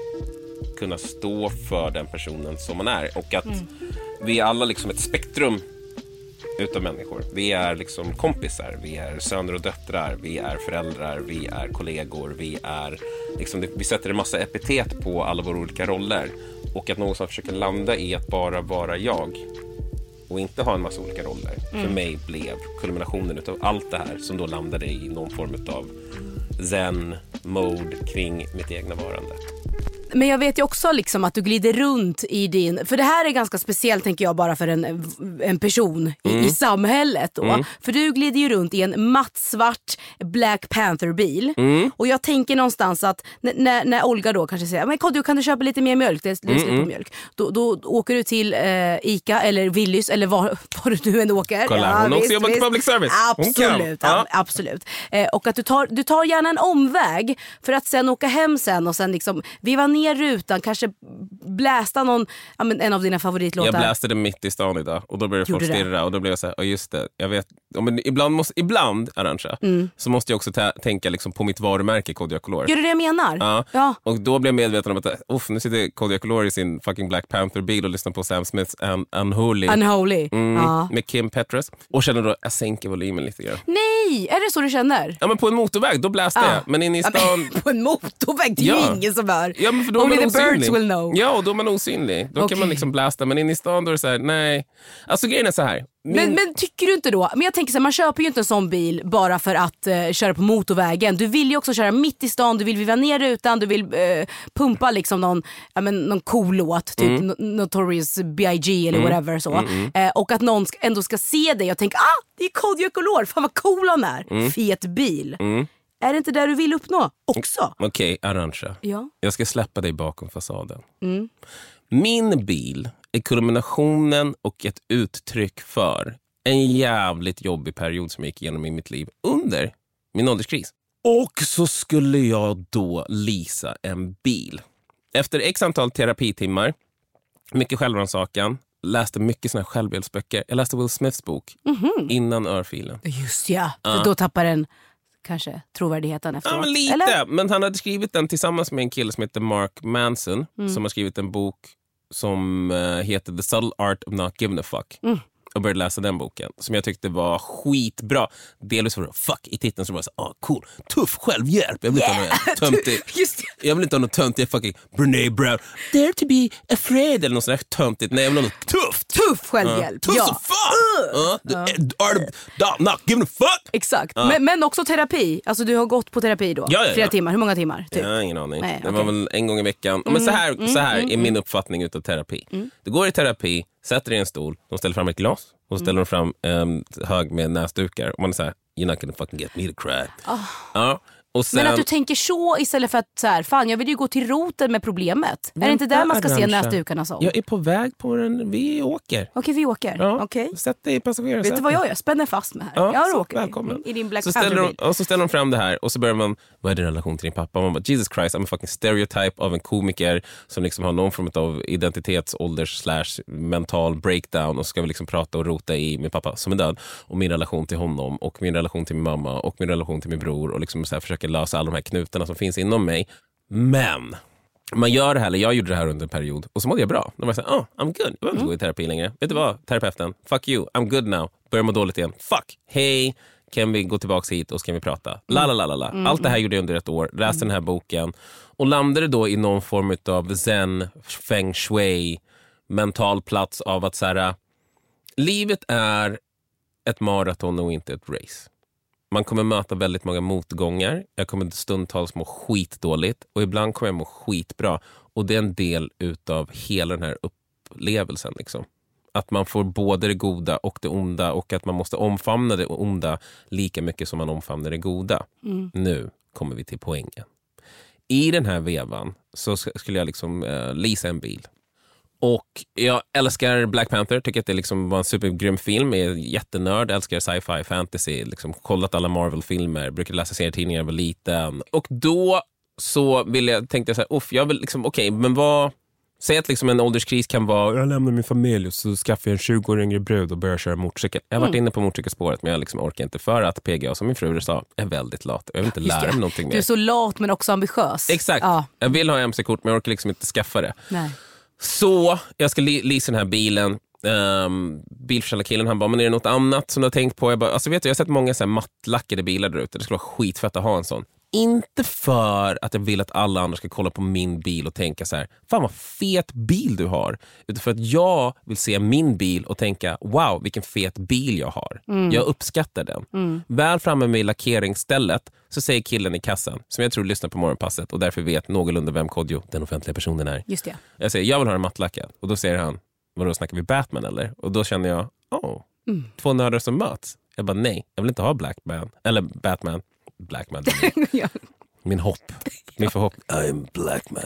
Speaker 2: kunna stå för den personen som man är. Och att mm. vi är alla liksom ett spektrum utav människor. Vi är liksom kompisar, vi är söner och döttrar, vi är föräldrar, vi är kollegor, vi är liksom, vi sätter en massa epitet på alla våra olika roller. Och att någon som försöker landa i att bara vara jag och inte ha en massa olika roller, mm. för mig blev kulminationen utav allt det här som då landade i någon form utav zen-mode kring mitt egna varande.
Speaker 1: Men jag vet ju också liksom att du glider runt i din... För det här är ganska speciellt, tänker jag, bara för en, en person mm. i, i samhället då. Mm. För du glider ju runt i en mattsvart Black Panther-bil. Mm. Och jag tänker någonstans att n- när, när Olga då kanske säger, men du kan du köpa lite mer mjölk? Det är slut mm. på mjölk. Då, då åker du till eh, Ica eller Willys eller var, var du nu än åker.
Speaker 2: Kolla, ja, hon har också jobbat i public service.
Speaker 1: Absolut, ja. absolut. Eh, och att du tar, du tar gärna en omväg för att sen åka hem sen och sen liksom viva ner ner rutan, kanske blästa någon, ja, men en av dina favoritlåtar.
Speaker 2: Jag bläste det mitt i stan idag och då började folk
Speaker 1: Gjorde det?
Speaker 2: stirra och då blev jag så här, ja just det, jag vet, ja, men ibland, måste, ibland Arantxa,
Speaker 1: Mm.
Speaker 2: så måste jag också ta, tänka liksom på mitt varumärke Kodjo Akolor.
Speaker 1: Gör du det jag menar?
Speaker 2: Ja.
Speaker 1: Ja.
Speaker 2: Och då blev jag medveten om att uff, nu sitter Kodjo Akolor i sin fucking Black Panther-bil och lyssnar på Sam Smiths Un- Unholy,
Speaker 1: Unholy.
Speaker 2: mm,
Speaker 1: Ja.
Speaker 2: med Kim Petras. Och känner då, jag sänker volymen lite grann.
Speaker 1: Nej, är det så du känner?
Speaker 2: Ja, men på en motorväg, då bläste
Speaker 1: Ja.
Speaker 2: jag. Men inne i
Speaker 1: Ja,
Speaker 2: stan...
Speaker 1: men på en motorväg, det är
Speaker 2: Ja.
Speaker 1: ju ingen som hör.
Speaker 2: Ja, men för då är
Speaker 1: Only
Speaker 2: man
Speaker 1: the birds
Speaker 2: osynlig.
Speaker 1: will know.
Speaker 2: Ja, och då är man osynlig. Då
Speaker 1: Okej.
Speaker 2: kan man liksom blästa. Men inne i stan då är det så här, nej. Alltså grejen är så här. Min...
Speaker 1: Men, men tycker du inte då, men jag tänker så här, man köper ju inte en sån bil bara för att eh, köra på motorvägen. Du vill ju också köra mitt i stan, du vill viva ner rutan, du vill eh, pumpa liksom någon, ja, men, någon cool låt, typ
Speaker 2: Mm.
Speaker 1: no- Notorious B I G eller
Speaker 2: Mm.
Speaker 1: whatever så.
Speaker 2: Mm, mm.
Speaker 1: Eh, och att någon ska, ändå ska se dig och tänka, ah, det är Kodjo Akolor, fan vad cool han är.
Speaker 2: Mm.
Speaker 1: Fet bil.
Speaker 2: Mm.
Speaker 1: Är det inte det du vill uppnå också?
Speaker 2: Okej, Arantxa.
Speaker 1: Ja.
Speaker 2: Jag ska släppa dig bakom fasaden.
Speaker 1: Mm.
Speaker 2: Min bil är kulminationen och ett uttryck för en jävligt jobbig period som jag gick igenom i mitt liv under min ålderskris. Och så skulle jag då leasa en bil. Efter x antal terapitimmar, mycket självrannsakan, läste mycket såna här självhjälpsböcker. Jag läste Will Smiths bok
Speaker 1: Mhm.
Speaker 2: innan örfilen.
Speaker 1: Just ja,
Speaker 2: Ja.
Speaker 1: för då tappar den kanske trovärdigheten efteråt.
Speaker 2: Ja, men lite.
Speaker 1: Eller?
Speaker 2: Men han hade skrivit den tillsammans med en kille som heter Mark Manson,
Speaker 1: Mm.
Speaker 2: som har skrivit en bok som uh, heter The Subtle Art of Not Giving a Fuck.
Speaker 1: Mm.
Speaker 2: Och började läsa den boken som jag tyckte var skitbra. Delvis var det fuck i titeln, så var det så ah, cool, tuff självhjälp. Jag vill inte
Speaker 1: Yeah.
Speaker 2: ha något töntig.
Speaker 1: Just det.
Speaker 2: Jag vill inte ha något töntigt fucking Brené Brown. Dare to be afraid eller något sånt där töntigt. Nej, jag vill ha något tufft.
Speaker 1: Tuff självhjälp.
Speaker 2: Tuff
Speaker 1: ja.
Speaker 2: som fan. Uh, the art of not giving a fuck.
Speaker 1: Exakt,
Speaker 2: Ja.
Speaker 1: men, men också terapi. Alltså du har gått på terapi då?
Speaker 2: Ja, ja, ja.
Speaker 1: Flera timmar, hur många timmar? Typ?
Speaker 2: Jag har ingen aning.
Speaker 1: Nej,
Speaker 2: det
Speaker 1: okej.
Speaker 2: var väl en gång i veckan. Men
Speaker 1: Mm,
Speaker 2: så här,
Speaker 1: mm,
Speaker 2: så här
Speaker 1: mm,
Speaker 2: är min uppfattning utav terapi.
Speaker 1: Mm.
Speaker 2: Du går i terapi, sätter dig i en stol, de ställer fram ett glas och så ställer de fram en hög med näsdukar och man är så här, you're not gonna fucking get me to cry.
Speaker 1: Ah.
Speaker 2: Ja. Och sen,
Speaker 1: Men att du tänker så istället för att så här, fan jag vill ju gå till roten med problemet. Är det inte där man ska se
Speaker 2: Arantxa.
Speaker 1: näsdukarna som?
Speaker 2: Jag är på väg på den, vi åker.
Speaker 1: Okej, vi åker.
Speaker 2: Ja.
Speaker 1: Okej.
Speaker 2: Sätt dig i passagerarsätet.
Speaker 1: Vet du vad jag gör? Spänner fast mig här.
Speaker 2: Ja,
Speaker 1: jag
Speaker 2: så,
Speaker 1: åker
Speaker 2: välkommen.
Speaker 1: i din Black
Speaker 2: Så ställer
Speaker 1: Panther-bil.
Speaker 2: de, och så ställer de fram det här och så börjar man, vad är din relation till din pappa? Man bara, Jesus Christ, I'm a fucking stereotype av en komiker som liksom har någon form av identitetsålders slash mental breakdown och ska vi liksom prata och rota i min pappa som är död och min relation till honom och min relation till min mamma och min relation till min bror och liksom så här försöka lösa alla de här knutarna som finns inom mig. Men man gör det här, eller jag gjorde det här under en period och så mådde jag bra. Då var jag såhär, oh, I'm good, jag behöver inte gå i terapi längre. Vet du vad, terapeuten, fuck you, I'm good now. Börjar må dåligt igen, fuck, hej, kan vi gå tillbaka hit och så kan vi prata. La, la, la, la, la.
Speaker 1: Mm,
Speaker 2: Allt det här gjorde jag under ett år, läste den här boken och landade då i någon form av zen, feng shui, mental plats av att så här, livet är ett maraton och inte ett race. Man kommer möta väldigt många motgångar. Jag kommer stundtals må skitdåligt och ibland kommer jag må skitbra. Och det är en del utav hela den här upplevelsen. Liksom. Att man får både det goda och det onda och att man måste omfamna det onda lika mycket som man omfamnar det goda.
Speaker 1: Mm.
Speaker 2: Nu kommer vi till poängen. I den här vevan så skulle jag liksom eh, leasa en bil. Och jag älskar Black Panther, tycker att det liksom var en supergrym film, jag är jättenörd, älskar sci-fi, fantasy, liksom kollat alla Marvel-filmer, brukade läsa serietidningar när jag var liten. Och då så ville jag, tänkte jag så här, uff, jag vill liksom, okej, okay, men vad, säg att liksom en ålderskris kan vara, jag lämnar min familj och så skaffar jag en tjugo år yngre brud och börjar köra motorcykel. Jag har varit
Speaker 1: Mm.
Speaker 2: inne på motorcykelspåret men jag liksom orkar inte för att P G A, som min fru sa, är väldigt lat. Jag vill inte
Speaker 1: Just
Speaker 2: lära
Speaker 1: det.
Speaker 2: mig någonting
Speaker 1: Du är
Speaker 2: mer.
Speaker 1: så lat men också ambitiös.
Speaker 2: Exakt,
Speaker 1: Ja.
Speaker 2: jag vill ha M C-kort men jag orkar liksom inte skaffa det.
Speaker 1: Nej.
Speaker 2: Så jag ska li- leasa den här bilen. Um, bilförsäljarkillen han bara, men är det något annat som du har tänkt på? Jag bara, alltså vet du, jag har sett många så här mattlackade bilar där ute. Det skulle vara skitfett att ha en sån. Inte för att jag vill att alla andra ska kolla på min bil och tänka så här, fan vad fet bil du har. Utan för att jag vill se min bil och tänka, wow vilken fet bil jag har.
Speaker 1: Mm.
Speaker 2: Jag uppskattar den.
Speaker 1: Mm.
Speaker 2: Väl framme med lackeringsstället så säger killen i kassan, som jag tror lyssnar på morgonpasset och därför vet någorlunda vem Kodjo, den offentliga personen, är.
Speaker 1: Just det.
Speaker 2: Jag säger, jag vill ha den mattlackad. Och då säger han, vadå, snackar vi Batman eller? Och då känner jag, åh,
Speaker 1: Mm.
Speaker 2: två nördar som möts. Jag bara, nej, jag vill inte ha Blackman. Eller Batman. Blackman.
Speaker 1: Ja.
Speaker 2: Min hopp. Min förhoppning. I'm Blackman.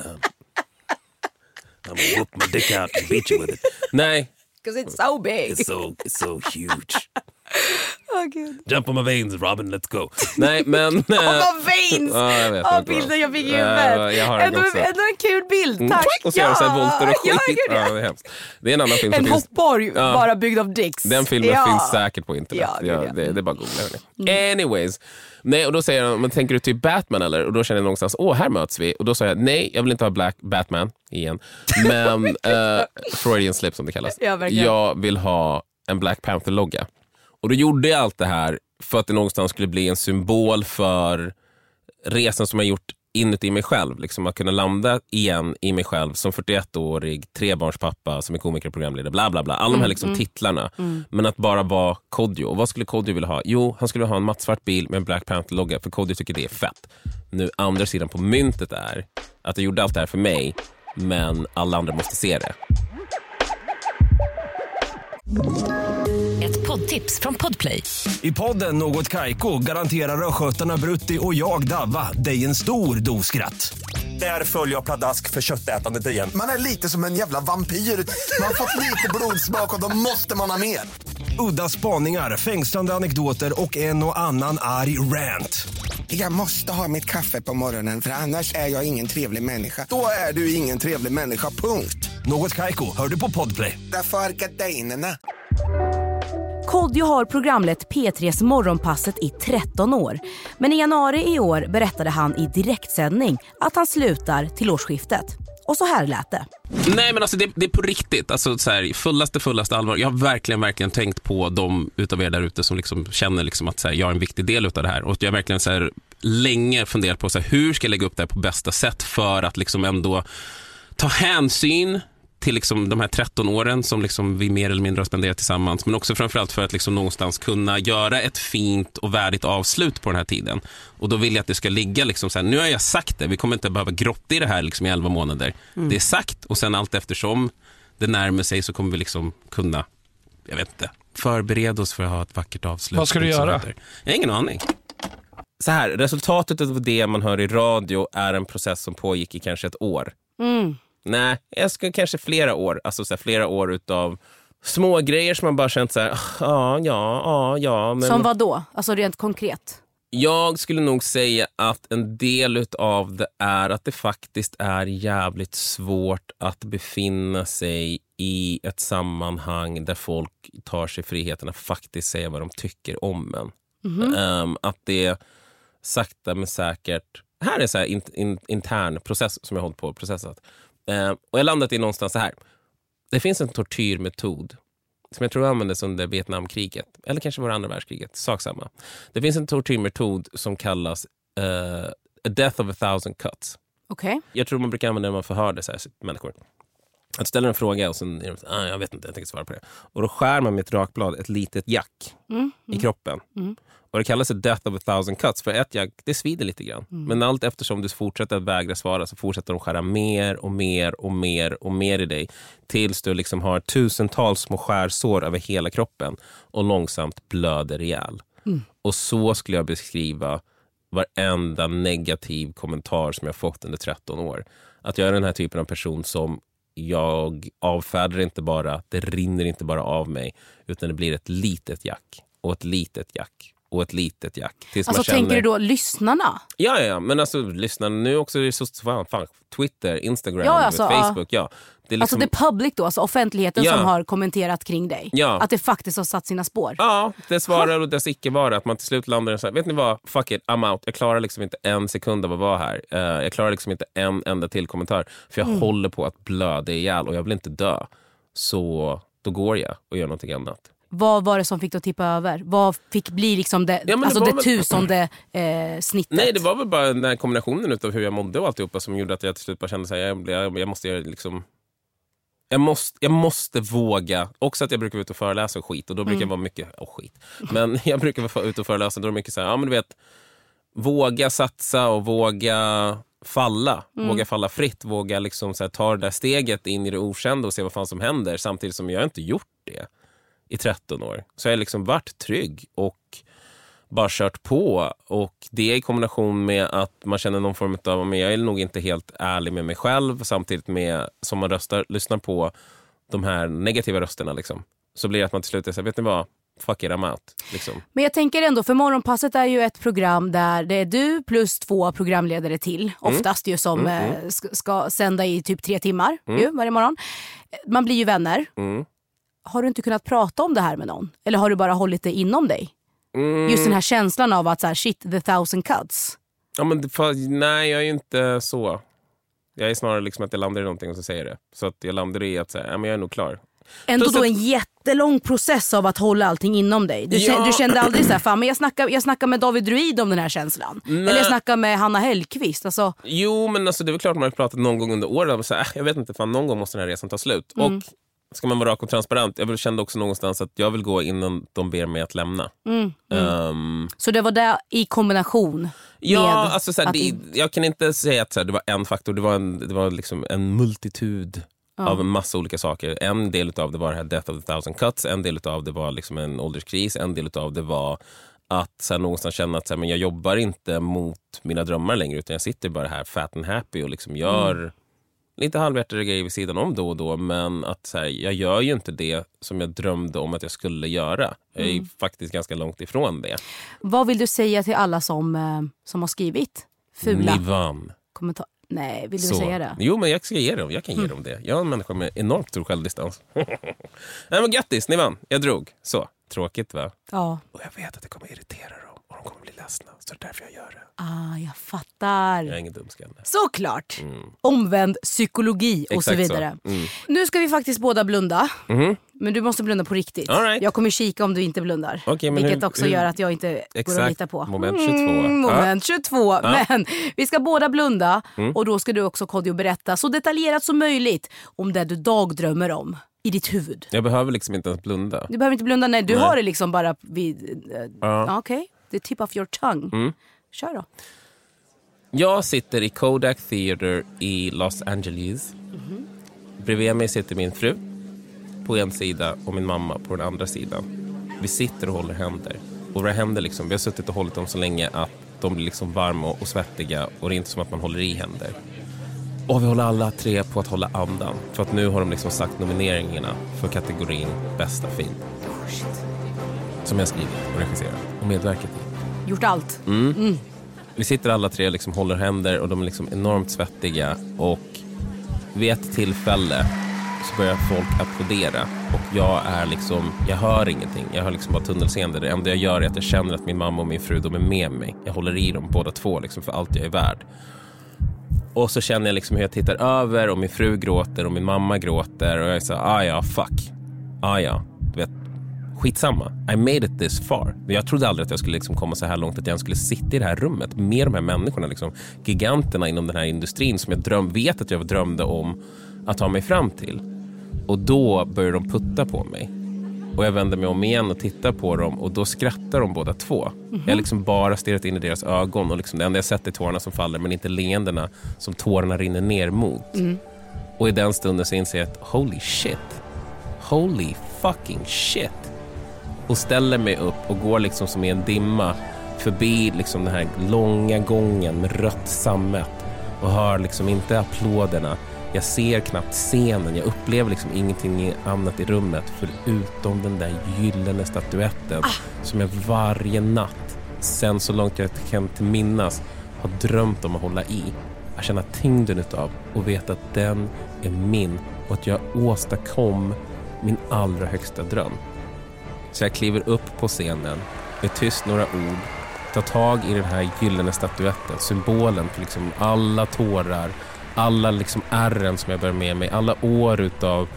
Speaker 2: I'm gonna whoop my dick out and beat you with it. Nej.
Speaker 1: Because it's so big.
Speaker 2: It's so, it's so huge.
Speaker 1: Åh, Gud.
Speaker 2: Jump on my veins, Robin, let's go. Nej, men...
Speaker 1: On my veins!
Speaker 2: Ja, jag vet.
Speaker 1: Åh, bilden jag fick i huvudet.
Speaker 2: Jag har
Speaker 1: ändå,
Speaker 2: också.
Speaker 1: ändå en kul bild, tack.
Speaker 2: Och så gör det så här volter och skit.
Speaker 1: Ja, gud, ja.
Speaker 2: Ja, det är hemskt. Det är en annan film som
Speaker 1: En
Speaker 2: finns...
Speaker 1: hoppborg
Speaker 2: Ja.
Speaker 1: bara byggd av dicks.
Speaker 2: Den filmen
Speaker 1: ja.
Speaker 2: finns säkert på internet.
Speaker 1: Ja,
Speaker 2: Ja,
Speaker 1: gud, ja.
Speaker 2: det, det är bara att googla. Mm. Anyways. Nej, och då säger han, men tänker du typ Batman eller? Och då känner jag någonstans, åh, här möts vi. Och då sa jag, nej, jag vill inte ha Black Batman igen. Men uh, Freudian slip som det kallas.
Speaker 1: Ja, verkligen.
Speaker 2: Jag vill ha en Black Panther-logga. Och då gjorde jag allt det här för att det någonstans skulle bli en symbol för resan som jag gjort inuti mig själv. Liksom att kunna landa igen i mig själv som fyrtioett-årig trebarnspappa som är komiker och programledare, bla bla bla. Alla de här liksom
Speaker 1: mm,
Speaker 2: titlarna.
Speaker 1: mm.
Speaker 2: Men att bara vara Kodjo. Och vad skulle Kodjo vilja ha? Jo, han skulle ha en mattsvart bil med en Black Panther-logga, för Kodjo tycker det är fett. Nu, andra sidan på myntet är att jag gjorde allt det här för mig, men alla andra måste se det.
Speaker 5: Ett poddtips från Podplay.
Speaker 6: I podden Något Kaiko garanterar röskötarna Brutti och jag Davva dig en stor doskratt. Där följer jag pladask för köttätandet igen.
Speaker 7: Man är lite som en jävla vampyr. Man har fått lite blodsmak och då måste man ha mer.
Speaker 6: Udda spaningar, fängslande anekdoter och en och annan arg rant.
Speaker 7: Jag måste ha mitt kaffe på morgonen för annars är jag ingen trevlig människa. Då är du ingen trevlig människa, punkt.
Speaker 6: Något Kaiko, hör du på Podplay.
Speaker 7: Därför är gardinerna.
Speaker 1: Kodjo har programlett P tre:s Morgonpasset i tretton år. Men i januari i år berättade han i direktsändning att han slutar till årsskiftet. Och så här lät det.
Speaker 2: Nej, men alltså det, det är på riktigt. Alltså så här, fullaste, fullaste allvar. Jag har verkligen, verkligen tänkt på de utav er där ute som liksom känner liksom att så här, jag är en viktig del utav det här. Och jag har verkligen så här, länge funderat på så här, hur ska jag lägga upp det här på bästa sätt för att liksom ändå ta hänsyn till liksom de här tretton åren som liksom vi mer eller mindre har spenderat tillsammans, men också framförallt för att liksom någonstans kunna göra ett fint och värdigt avslut på den här tiden. Och då vill jag att det ska ligga liksom så här, nu har jag sagt det, vi kommer inte behöva grotta i det här liksom i elva månader. Mm. Det är sagt, och sen allt eftersom det närmar sig så kommer vi liksom kunna, jag vet inte, förbereda oss för att ha ett vackert avslut.
Speaker 8: Vad ska du göra?
Speaker 2: Jag har ingen aning. Så här, resultatet av det man hör i radio är en process som pågick i kanske ett år.
Speaker 1: Mm.
Speaker 2: Nej, jag ska kanske flera år. Alltså så här, flera år utav små grejer som man bara känt så här, ja, ja, ja, ja. Men
Speaker 1: som vad då? Alltså rent konkret.
Speaker 2: jag skulle nog säga att en del utav det är att det faktiskt är jävligt svårt att befinna sig i ett sammanhang där folk tar sig friheten att faktiskt säga vad de tycker om en. Mm-hmm. Um, att det sakta men säkert, här är så här in, in, intern process som jag har hållit på och processat. Uh, och jag landat i någonstans så här. Det finns en tortyrmetod som jag tror användes under Vietnamkriget, eller kanske var andra världskriget, sak samma. Det finns en tortyrmetod som kallas uh, a death of a thousand cuts.
Speaker 1: Okay. Jag
Speaker 2: tror man brukar använda när man förhörde så här, människor. Att ställa en fråga och sen är de, ah, jag vet inte, jag tänker svara på det. Och då skär man med ett rakblad ett litet jack mm, mm, i kroppen. Mm. Och det kallas a death of a thousand cuts, för ett jack, det svider lite grann. Mm. Men allt eftersom du fortsätter att vägra svara så fortsätter de skära mer och mer och mer och mer i dig. Tills du liksom har tusentals små skärsår över hela kroppen och långsamt blöder ihjäl. Mm. Och så skulle jag beskriva varenda negativ kommentar som jag fått under tretton år. Att jag är den här typen av person som jag avfärdar inte bara, det rinner inte bara av mig, utan det blir ett litet jack och ett litet jack och ett litet jack. Tills
Speaker 1: alltså
Speaker 2: man känner...
Speaker 1: tänker du då lyssnarna?
Speaker 2: Ja, ja, men alltså lyssnarna nu också, är så, fan, fan, Twitter, Instagram,
Speaker 1: ja, alltså,
Speaker 2: Facebook, ja. Det är liksom...
Speaker 1: Alltså det public då, alltså offentligheten
Speaker 2: ja.
Speaker 1: som har kommenterat kring dig.
Speaker 2: Ja.
Speaker 1: Att det faktiskt har satt sina spår.
Speaker 2: Ja, det svarar och dess icke vara. Att man till slut landar och säger, vet ni vad, fuck it, I'm out. Jag klarar liksom inte en sekund av att vara här. Uh, jag klarar liksom inte en enda till kommentar. För jag mm. håller på att blöda ihjäl och jag vill inte dö. Så då går jag och gör någonting annat.
Speaker 1: Vad var det som fick dig att tippa över? Vad fick bli liksom det, ja, alltså det, det väl... tusende eh, snittet?
Speaker 2: Nej, det var väl bara den här kombinationen av hur jag mådde och alltihopa som gjorde att jag till slut bara kände så här, jag, jag, jag måste göra liksom... Jag måste, jag måste våga. Också att jag brukar vara ute och föreläsa och skit. Och då brukar mm. jag vara mycket... Åh, oh, skit. Men jag brukar vara ute och föreläsa och då är det mycket så här, ja men du vet, våga satsa och våga falla. Mm. Våga falla fritt. Våga liksom så här, ta det där steget in i det okända och se vad fan som händer. Samtidigt som jag inte gjort det i tretton år. Så jag har liksom varit trygg och bara kört på. Och det i kombination med att man känner någon form av, men jag är nog inte helt ärlig med mig själv, samtidigt med som man röstar, lyssnar på de här negativa rösterna liksom. Så blir det att man till slut säger, vet ni vad? fuck it, I'm out. Liksom.
Speaker 1: Men jag tänker ändå, för Morgonpasset är ju ett program där det är du plus två programledare till. Oftast ju som mm. eh, ska, ska sända i typ tre timmar mm. ju, varje morgon. Man blir ju vänner. Mm. Har du inte kunnat prata om det här med någon? Eller har du bara hållit det inom dig? Mm. Just den här känslan av att så här, shit, the thousand cuts.
Speaker 2: Ja, men för, nej, jag är ju inte så. Jag är snarare liksom att jag landar i någonting och så säger det. Så att jag landar i att säga, ja, men jag är nog klar.
Speaker 1: Ändå
Speaker 2: Plus
Speaker 1: då
Speaker 2: att,
Speaker 1: en jättelång process av att hålla allting inom dig. Du, ja. du kände aldrig så här, fan, men jag snackar, jag snackar med David Druid om den här känslan. Nej. Eller jag snackar med Hanna Hellqvist. Alltså.
Speaker 2: Jo, men alltså, det är väl klart man har pratat någon gång under året. Så här, jag vet inte, fan, någon gång måste den här resan ta slut. Mm. Och ska man vara rak och transparent, jag kände också någonstans att jag vill gå innan de ber mig att lämna. Mm, mm. Um,
Speaker 1: så det var det i kombination med
Speaker 2: ja, alltså, så här, det,
Speaker 1: in...
Speaker 2: jag kan inte säga att så här, det var en faktor, det var en, det var liksom en multitud ja. av en massa olika saker. En del av det var det här Death of the Thousand Cuts, en del av det var liksom en ålderskris, en del av det var att så här, någonstans känna att så här, men jag jobbar inte mot mina drömmar längre, utan jag sitter bara här fat and happy och liksom gör mm. lite halvhjärtade grejer vid sidan om då och då, men att så här, jag gör ju inte det som jag drömde om att jag skulle göra. Jag är mm. faktiskt ganska långt ifrån det.
Speaker 1: Vad vill du säga till alla som, eh, som har skrivit fula
Speaker 2: Ni vann.
Speaker 1: Kommentar? Nej, vill du
Speaker 2: så.
Speaker 1: säga det?
Speaker 2: Jo, men jag ska ge dem. Jag kan ge mm. dem det. Jag är en människa med enormt stor självdistans. Nej, men grattis, ni vann. Jag drog. Så, tråkigt va?
Speaker 1: Ja.
Speaker 2: Och jag vet att det kommer irritera dem och de kommer bli ledsna. Så det är därför jag gör det.
Speaker 1: Ah, jag fattar.
Speaker 2: Jag är ingen dumskalle.
Speaker 1: Såklart. Mm. Omvänd psykologi och
Speaker 2: exakt
Speaker 1: så vidare.
Speaker 2: Så. Mm.
Speaker 1: Nu ska vi faktiskt båda blunda.
Speaker 2: Mm.
Speaker 1: Men du måste blunda på riktigt.
Speaker 2: All right.
Speaker 1: Jag kommer kika om du inte blundar.
Speaker 2: Okay, men
Speaker 1: vilket
Speaker 2: hur,
Speaker 1: också
Speaker 2: hur...
Speaker 1: gör att jag inte
Speaker 2: exakt.
Speaker 1: går att lita på.
Speaker 2: Moment tjugotvå.
Speaker 1: Mm, moment
Speaker 2: ja.
Speaker 1: tjugotvå.
Speaker 2: Ja.
Speaker 1: Men vi ska båda blunda.
Speaker 2: Mm.
Speaker 1: Och då ska du också, Kodjo, berätta så detaljerat som möjligt om det du dagdrömmer om i ditt huvud.
Speaker 2: Jag behöver liksom inte ens blunda.
Speaker 1: Du behöver inte blunda, nej. Du nej. har det liksom bara vid... Uh,
Speaker 2: ja.
Speaker 1: Okej, okay. the tip of your tongue.
Speaker 2: Mm.
Speaker 1: Kör då.
Speaker 2: Jag sitter i Kodak Theater i Los Angeles. Mm-hmm. Bredvid mig sitter min fru på en sida och min mamma på den andra sidan. Vi sitter och håller händer. Och våra händer liksom, vi har suttit och hållit dem så länge att de blir liksom varma och svettiga. Och det är inte som att man håller i händer. Och vi håller alla tre på att hålla andan. För att nu har de liksom sagt nomineringarna för kategorin bästa film.
Speaker 1: Oh, shit.
Speaker 2: Som jag skrivit och regisserat och medverkat i.
Speaker 1: Gjort allt.
Speaker 2: Mm. Mm. Vi sitter alla tre och liksom håller händer och de är liksom enormt svettiga. Och vid ett tillfälle så börjar folk applådera. Och jag är liksom, jag hör ingenting. Jag hör liksom bara tunnelseende. Det enda jag gör är att jag känner att min mamma och min fru, de är med mig. Jag håller i dem båda två liksom för allt jag är värd. Och så känner jag liksom hur jag tittar över och min fru gråter och min mamma gråter. Och jag är så ah ja, fuck. Ah ja, du vet. Skitsamma. I made it this far. Jag trodde aldrig att jag skulle liksom komma så här långt att jag skulle sitta i det här rummet med de här människorna. Liksom, giganterna inom den här industrin som jag dröm, vet att jag drömde om att ta mig fram till. Och då börjar de putta på mig. Och jag vänder mig om igen och tittar på dem och då skrattar de båda två. Mm-hmm. Jag har liksom bara stirrat in i deras ögon och liksom det enda jag sett är tårarna som faller men inte leendena som tårarna rinner ner mot. Mm. Och i den stunden så inser jag att holy shit. Holy fucking shit. Och ställer mig upp och går liksom som i en dimma förbi liksom den här långa gången med rött sammet och hör liksom inte applåderna. Jag ser knappt scenen, jag upplever liksom ingenting annat i rummet förutom den där gyllene statyetten ah. som jag varje natt sen så långt jag kan till minnas har drömt om att hålla i. Jag känner tyngden utav och vet att den är min och att jag åstadkom min allra högsta dröm. Så jag kliver upp på scenen, är tyst några ord, tar tag i den här gyllene statyetten, symbolen för liksom alla tårar, alla liksom ärren som jag bär med mig, alla år utav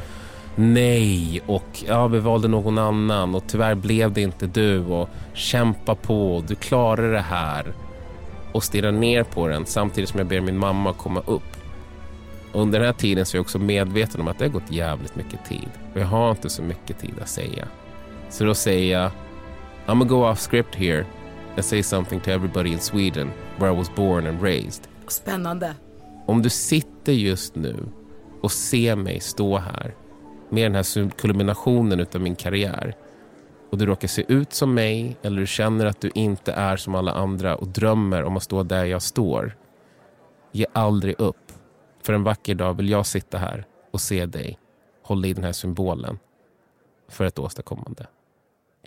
Speaker 2: nej och ja, vi valde någon annan och tyvärr blev det inte du och kämpa på, du klarar det här och stirrar ner på den samtidigt som jag ber min mamma komma upp. Och under den här tiden så är jag också medveten om att det har gått jävligt mycket tid och jag har inte så mycket tid att säga. Så då säger jag I'm gonna go off script here and say something to everybody in Sweden where I was born and raised.
Speaker 1: Spännande.
Speaker 2: Om du sitter just nu och ser mig stå här med den här kulminationen utav min karriär och du råkar se ut som mig eller du känner att du inte är som alla andra och drömmer om att stå där jag står, ge aldrig upp. För en vacker dag vill jag sitta här och se dig hålla i den här symbolen för ett åstadkommande.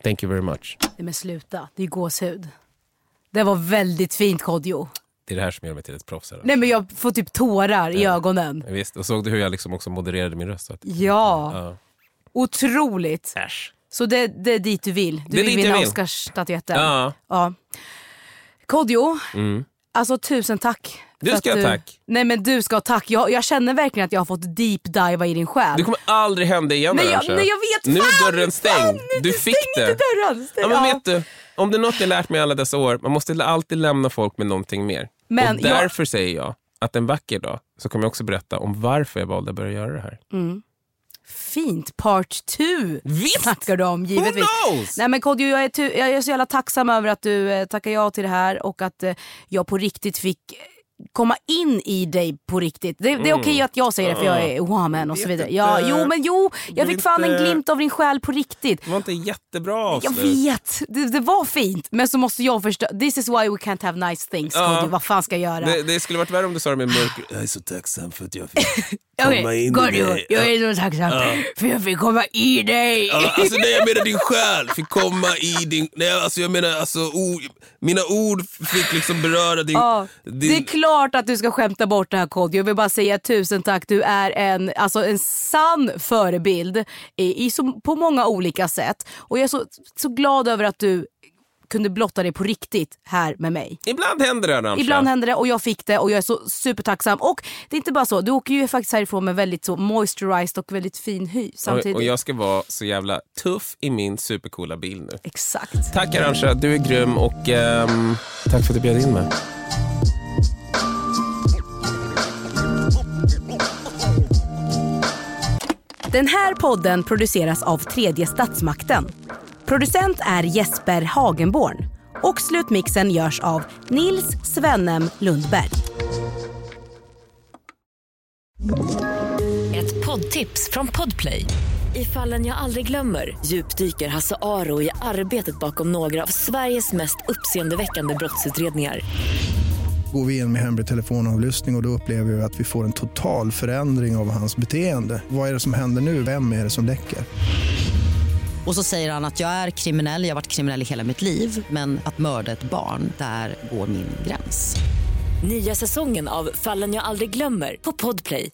Speaker 2: Thank you very much.
Speaker 1: Nej men sluta, det är gåshud. Det var väldigt fint, Kodjo.
Speaker 2: Det är det här som gör mig till ett proffs här.
Speaker 1: Nej men jag får typ tårar i
Speaker 2: ja.
Speaker 1: ögonen.
Speaker 2: Ja, visst, och såg du hur jag liksom också modererade min röst?
Speaker 1: Ja,
Speaker 2: ja.
Speaker 1: Otroligt.
Speaker 2: Äsch.
Speaker 1: Så det, det är dit du vill. Du
Speaker 2: det
Speaker 1: vill vinna Oscarsstatyetten.
Speaker 2: Ja.
Speaker 1: ja. Kodjo,
Speaker 2: mm.
Speaker 1: alltså tusen tack.
Speaker 2: Du ska ha
Speaker 1: du...
Speaker 2: tack.
Speaker 1: Nej men du ska ha tack. Jag, jag känner verkligen att jag har fått deep-diva i din själ.
Speaker 2: Det kommer aldrig hända igen.
Speaker 1: Nej jag, nej, jag vet.
Speaker 2: Nu är dörren stängd.
Speaker 1: Fan,
Speaker 2: du
Speaker 1: stäng
Speaker 2: fick det.
Speaker 1: Inte dörren. Stäng,
Speaker 2: ja, men
Speaker 1: ja.
Speaker 2: vet du, om det är något jag lärt mig alla dessa år, man måste alltid lämna folk med någonting mer.
Speaker 1: Men
Speaker 2: och därför jag... säger jag att en vacker dag så kommer jag också berätta om varför jag valde att börja göra det här.
Speaker 1: Mm. Fint, part two.
Speaker 2: Visst!
Speaker 1: Snackar du om, givetvis.
Speaker 2: Who knows?
Speaker 1: Nej men Kodjo, jag är, tu- jag är så jävla tacksam över att du eh, tackar ja till det här och att eh, jag på riktigt fick komma in i dig på riktigt. Det, det är
Speaker 2: Mm.
Speaker 1: okej att jag säger det för jag är woman och så vidare. Ja, jo men jo, jag fick
Speaker 2: inte...
Speaker 1: fan en glimt av din själ på riktigt.
Speaker 2: Det var inte jättebra avslut.
Speaker 1: Jag vet, det, det var fint. Men så måste jag förstå. This is why we can't have nice things,
Speaker 2: ja.
Speaker 1: Kodjo. Vad fan ska jag göra?
Speaker 2: Det, det skulle varit värre om du sa det med mörker. Jag är så tacksam för att jag fick komma
Speaker 1: okay,
Speaker 2: in
Speaker 1: Kodjo,
Speaker 2: i dig.
Speaker 1: jag är så tacksam ja. för jag fick komma i dig.
Speaker 2: Ja, alltså nej, jag menar din själ fick komma i din... Nej, alltså jag menar alltså ord, mina ord fick liksom beröra din,
Speaker 1: ja,
Speaker 2: din...
Speaker 1: Det är klart att du ska skämta bort det här, Kodjo. Jag vill bara säga tusen tack. Du är en, alltså en sann förebild i, i så, på många olika sätt. Och jag är så, så glad över att du kunde blotta dig på riktigt här med mig.
Speaker 2: Ibland händer det, Arantxa.
Speaker 1: Ibland händer det och jag fick det och jag är så supertacksam. Och det är inte bara så, du åker ju faktiskt härifrån med väldigt så moisturized och väldigt fin hy samtidigt.
Speaker 2: Och, och jag ska vara så jävla tuff i min supercoola bil nu.
Speaker 1: Exakt.
Speaker 2: Tack Arantxa, du är grym och um, tack för att du bjöd in mig.
Speaker 1: Den här podden produceras av Tredje Statsmakten. Producent är Jesper Hagenborn. Och slutmixen görs av Nils Svennem Lundberg.
Speaker 5: Ett poddtips från Podplay. I Fallen jag aldrig glömmer djupdyker Hasse Aro i arbetet bakom några av Sveriges mest uppseendeväckande brottsutredningar.
Speaker 8: Går vi in med hemlig telefonavlyssning och, och då upplever vi att vi får en total förändring av hans beteende. Vad är det som händer nu? Vem är det som läcker?
Speaker 9: Och så säger han att jag är kriminell, jag har varit kriminell i hela mitt liv. Men att mörda ett barn, där går min gräns.
Speaker 5: Nya säsongen av Fallen jag aldrig glömmer på Podplay.